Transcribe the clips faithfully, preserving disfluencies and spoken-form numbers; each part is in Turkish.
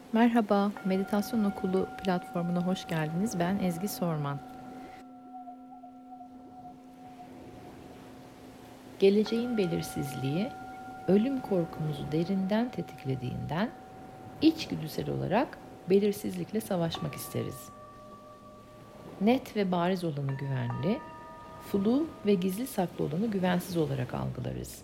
Merhaba, Meditasyon Okulu platformuna hoş geldiniz. Ben Ezgi Sorman. Geleceğin belirsizliği, ölüm korkumuzu derinden tetiklediğinden içgüdüsel olarak belirsizlikle savaşmak isteriz. Net ve bariz olanı güvenli, flu ve gizli saklı olanı güvensiz olarak algılarız.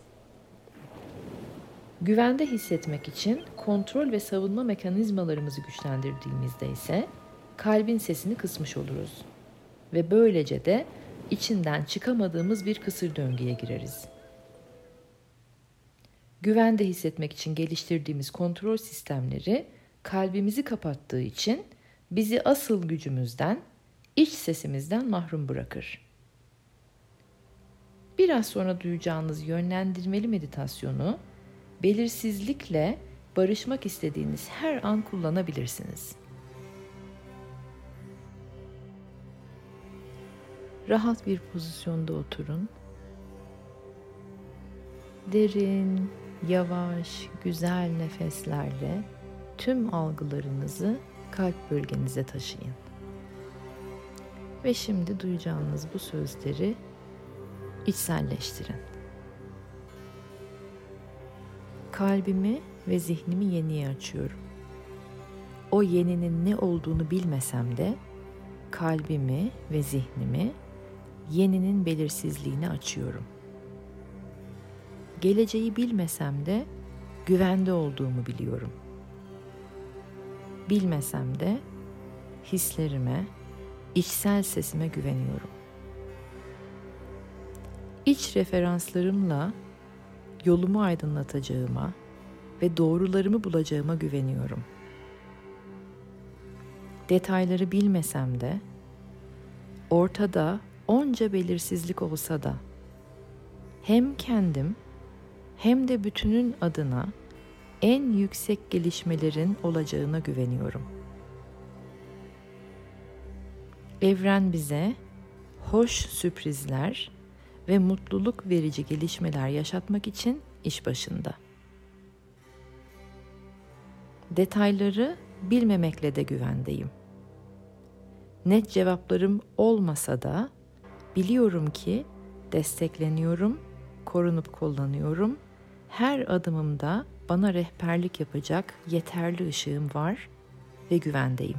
Güvende hissetmek için kontrol ve savunma mekanizmalarımızı güçlendirdiğimizde ise kalbin sesini kısmış oluruz ve böylece de içinden çıkamadığımız bir kısır döngüye gireriz. Güvende hissetmek için geliştirdiğimiz kontrol sistemleri kalbimizi kapattığı için bizi asıl gücümüzden, iç sesimizden mahrum bırakır. Biraz sonra duyacağınız yönlendirmeli meditasyonu belirsizlikle barışmak istediğiniz her an kullanabilirsiniz. Rahat bir pozisyonda oturun. Derin, yavaş, güzel nefeslerle tüm algılarınızı kalp bölgenize taşıyın. Ve şimdi duyacağınız bu sözleri içselleştirin. Kalbimi ve zihnimi yeniye açıyorum. O yeninin ne olduğunu bilmesem de kalbimi ve zihnimi yeninin belirsizliğine açıyorum. Geleceği bilmesem de güvende olduğumu biliyorum. Bilmesem de hislerime, içsel sesime güveniyorum. İç referanslarımla yolumu aydınlatacağıma ve doğrularımı bulacağıma güveniyorum. Detayları bilmesem de, ortada onca belirsizlik olsa da, hem kendim hem de bütünün adına en yüksek gelişmelerin olacağına güveniyorum. Evren bize hoş sürprizler ve mutluluk verici gelişmeler yaşatmak için iş başında. Detayları bilmemekle de güvendeyim. Net cevaplarım olmasa da biliyorum ki destekleniyorum, korunup kullanıyorum. Her adımımda bana rehberlik yapacak yeterli ışığım var ve güvendeyim.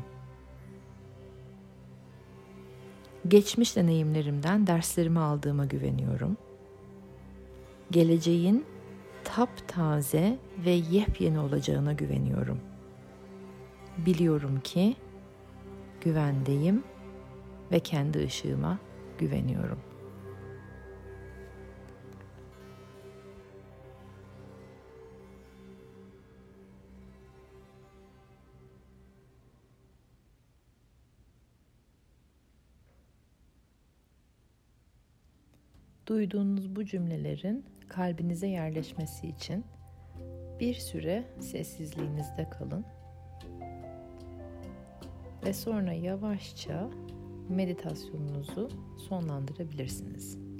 Geçmiş deneyimlerimden derslerimi aldığıma güveniyorum. Geleceğin taptaze ve yepyeni olacağına güveniyorum. Biliyorum ki güvendeyim ve kendi ışığıma güveniyorum. Duyduğunuz bu cümlelerin kalbinize yerleşmesi için bir süre sessizliğinizde kalın ve sonra yavaşça meditasyonunuzu sonlandırabilirsiniz.